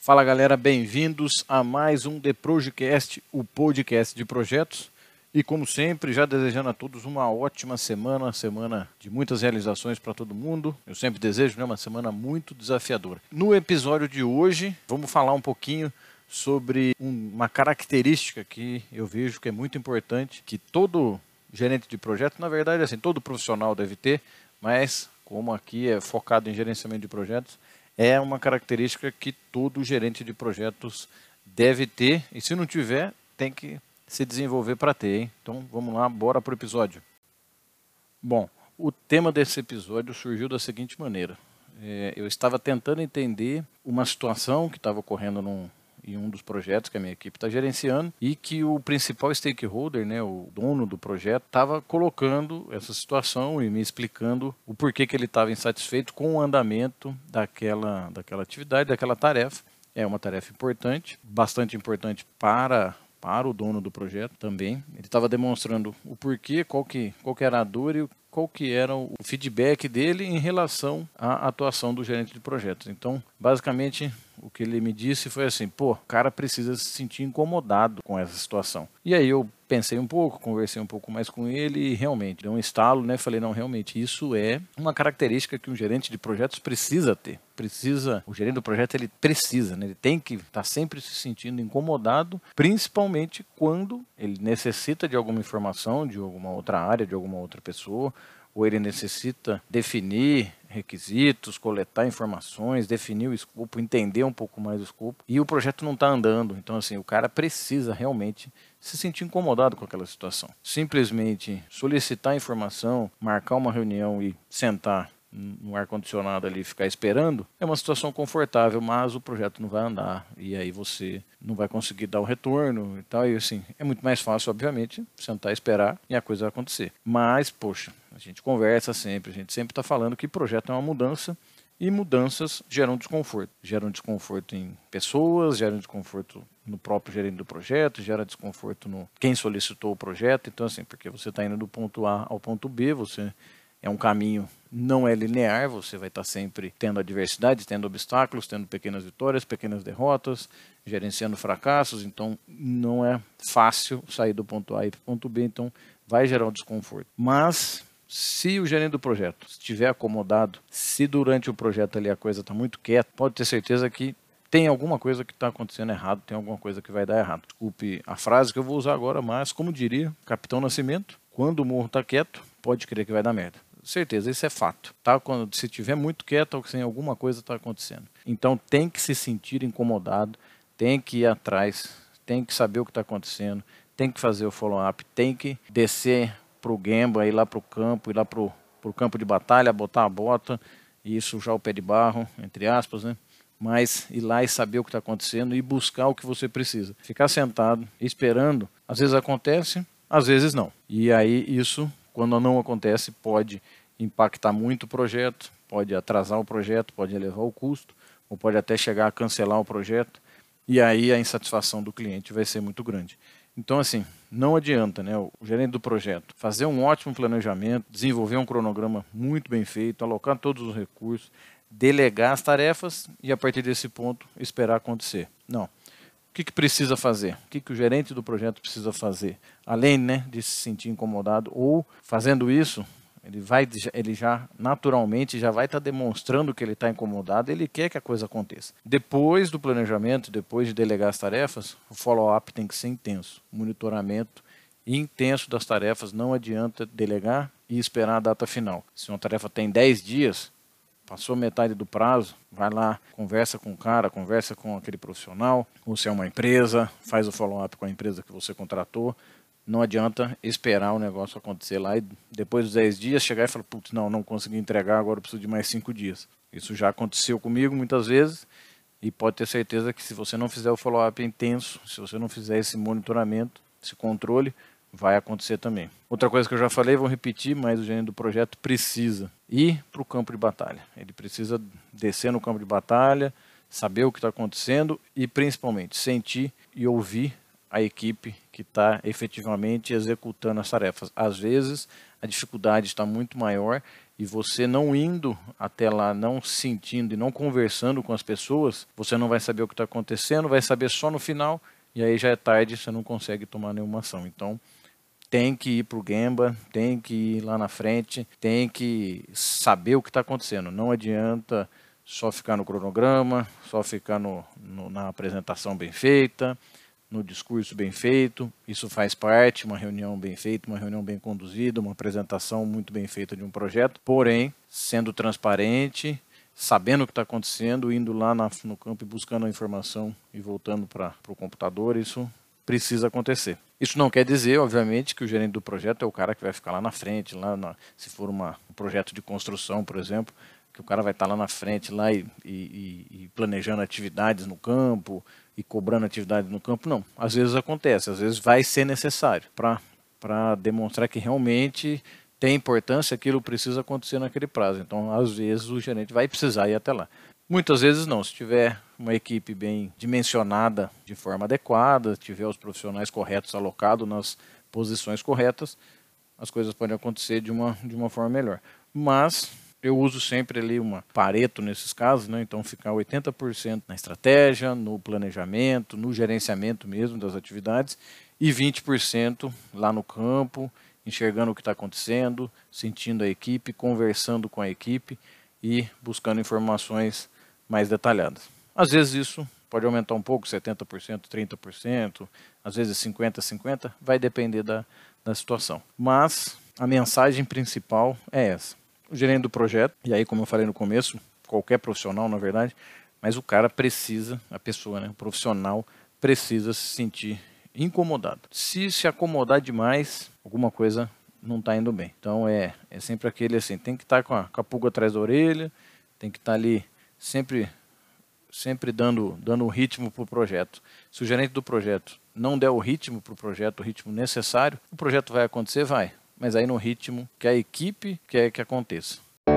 Fala galera, bem-vindos a mais um The Projecast, o podcast de projetos. E como sempre, já desejando a todos uma ótima semana de muitas realizações para todo mundo. Eu sempre desejo, uma semana muito desafiadora. No episódio de hoje, vamos falar um pouquinho sobre uma característica que eu vejo que é muito importante, que todo gerente de projeto, na verdade, assim, todo profissional deve ter, mas como aqui é focado em gerenciamento de projetos, é uma característica que todo gerente de projetos deve ter, e se não tiver, tem que se desenvolver para ter, hein? Então vamos lá, bora para o episódio. Bom, o tema desse episódio surgiu da seguinte maneira. Eu estava tentando entender uma situação que estava ocorrendo em um dos projetos que a minha equipe está gerenciando e que o principal stakeholder, o dono do projeto, estava colocando essa situação e me explicando o porquê que ele estava insatisfeito com o andamento daquela atividade, daquela tarefa. É uma tarefa importante, bastante importante para o dono do projeto também. Ele estava demonstrando o porquê, qual que era a dor e qual que era o feedback dele em relação à atuação do gerente de projetos. Então, basicamente, o que ele me disse foi assim, o cara precisa se sentir incomodado com essa situação. E aí eu pensei um pouco, conversei um pouco mais com ele e realmente deu um estalo, Falei, não, realmente isso é uma característica que um gerente de projetos precisa ter. O gerente do projeto ele precisa, ele tem que estar sempre se sentindo incomodado, principalmente quando ele necessita de alguma informação, de alguma outra área, de alguma outra pessoa, ou ele necessita definir requisitos, coletar informações, definir o escopo, entender um pouco mais o escopo, e o projeto não está andando. Então, assim, o cara precisa realmente se sentir incomodado com aquela situação. Simplesmente solicitar informação, marcar uma reunião e sentar no ar-condicionado ali e ficar esperando, é uma situação confortável, mas o projeto não vai andar, e aí você não vai conseguir dar o retorno e tal, e assim, é muito mais fácil, obviamente, sentar e esperar e a coisa vai acontecer. Mas, poxa, a gente conversa sempre, a gente sempre está falando que projeto é uma mudança, e mudanças geram desconforto. Geram desconforto em pessoas, geram desconforto no próprio gerente do projeto, gera desconforto no quem solicitou o projeto, então assim, porque você está indo do ponto A ao ponto B, é um caminho, não é linear, você vai estar sempre tendo adversidades, tendo obstáculos, tendo pequenas vitórias, pequenas derrotas, gerenciando fracassos, então não é fácil sair do ponto A e para o ponto B, então vai gerar um desconforto. Mas se o gerente do projeto estiver acomodado, se durante o projeto ali a coisa está muito quieta, pode ter certeza que tem alguma coisa que está acontecendo errado, tem alguma coisa que vai dar errado. Desculpe a frase que eu vou usar agora, mas como diria Capitão Nascimento, quando o morro está quieto, pode crer que vai dar merda. Certeza, isso é fato. Tá? Se estiver muito quieto, ou sem alguma coisa está acontecendo. Então tem que se sentir incomodado, tem que ir atrás, tem que saber o que está acontecendo, tem que fazer o follow-up, tem que descer para o Gemba, ir lá para o campo, ir lá para o campo de batalha, botar a bota e sujar o pé de barro, entre aspas, Mas ir lá e saber o que está acontecendo e buscar o que você precisa. Ficar sentado, esperando, às vezes acontece, às vezes não. E aí isso, quando não acontece, pode impactar muito o projeto, pode atrasar o projeto, pode elevar o custo, ou pode até chegar a cancelar o projeto, e aí a insatisfação do cliente vai ser muito grande. Então, assim, não adianta, o gerente do projeto fazer um ótimo planejamento, desenvolver um cronograma muito bem feito, alocar todos os recursos, delegar as tarefas e, a partir desse ponto, esperar acontecer. Não. O que precisa fazer? O que o gerente do projeto precisa fazer? Além de se sentir incomodado, ou fazendo isso, ele já naturalmente já vai estar demonstrando que ele está incomodado, ele quer que a coisa aconteça. Depois do planejamento, depois de delegar as tarefas, o follow-up tem que ser intenso. O monitoramento intenso das tarefas, não adianta delegar e esperar a data final. Se uma tarefa tem 10 dias, passou metade do prazo, vai lá, conversa com o cara, conversa com aquele profissional, ou se é uma empresa, faz o follow-up com a empresa que você contratou. Não adianta esperar o negócio acontecer lá e depois dos 10 dias chegar e falar, putz, não consegui entregar, agora eu preciso de mais 5 dias. Isso já aconteceu comigo muitas vezes e pode ter certeza que se você não fizer o follow-up intenso, se você não fizer esse monitoramento, esse controle, vai acontecer também. Outra coisa que eu já falei, vou repetir, mas o gerente do projeto precisa ir para o campo de batalha. Ele precisa descer no campo de batalha, saber o que está acontecendo e principalmente sentir e ouvir a equipe que está efetivamente executando as tarefas. Às vezes a dificuldade está muito maior e você não indo até lá, não sentindo e não conversando com as pessoas, você não vai saber o que está acontecendo, vai saber só no final e aí já é tarde, você não consegue tomar nenhuma ação. Então tem que ir para o Gemba, tem que ir lá na frente, tem que saber o que está acontecendo. Não adianta só ficar no cronograma, só ficar na apresentação bem feita, no discurso bem feito. Isso faz parte, uma reunião bem feita, uma reunião bem conduzida, uma apresentação muito bem feita de um projeto. Porém, sendo transparente, sabendo o que está acontecendo, indo lá no campo e buscando a informação e voltando para o computador, isso precisa acontecer. Isso não quer dizer, obviamente, que o gerente do projeto é o cara que vai ficar lá na frente, se for um projeto de construção, por exemplo, que o cara vai estar lá na frente lá e planejando atividades no campo e cobrando atividades no campo. Não, às vezes acontece, às vezes vai ser necessário para demonstrar que realmente tem importância, aquilo precisa acontecer naquele prazo. Então, às vezes, o gerente vai precisar ir até lá. Muitas vezes não, se tiver uma equipe bem dimensionada de forma adequada, tiver os profissionais corretos alocados nas posições corretas, as coisas podem acontecer de uma forma melhor. Mas eu uso sempre ali uma Pareto nesses casos, né? Então ficar 80% na estratégia, no planejamento, no gerenciamento mesmo das atividades e 20% lá no campo, enxergando o que está acontecendo, sentindo a equipe, conversando com a equipe e buscando informações mais detalhadas. Às vezes isso pode aumentar um pouco, 70%, 30%, às vezes 50%, vai depender da situação. Mas a mensagem principal é essa. O gerente do projeto, e aí como eu falei no começo, qualquer profissional na verdade, mas o cara precisa, a pessoa, né, o profissional precisa se sentir incomodado. Se acomodar demais, alguma coisa não está indo bem. Então é sempre aquele assim, tem que estar com a pulga atrás da orelha, tem que estar ali sempre dando o ritmo para o projeto. Se o gerente do projeto não der o ritmo para o projeto, o ritmo necessário, o projeto vai acontecer, vai. Mas aí no ritmo que a equipe quer que aconteça.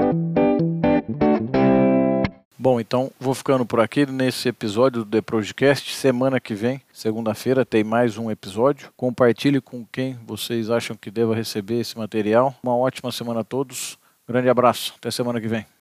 Bom, então vou ficando por aqui nesse episódio do The Projecast. Semana que vem, segunda-feira, tem mais um episódio. Compartilhe com quem vocês acham que deva receber esse material. Uma ótima semana a todos. Grande abraço. Até semana que vem.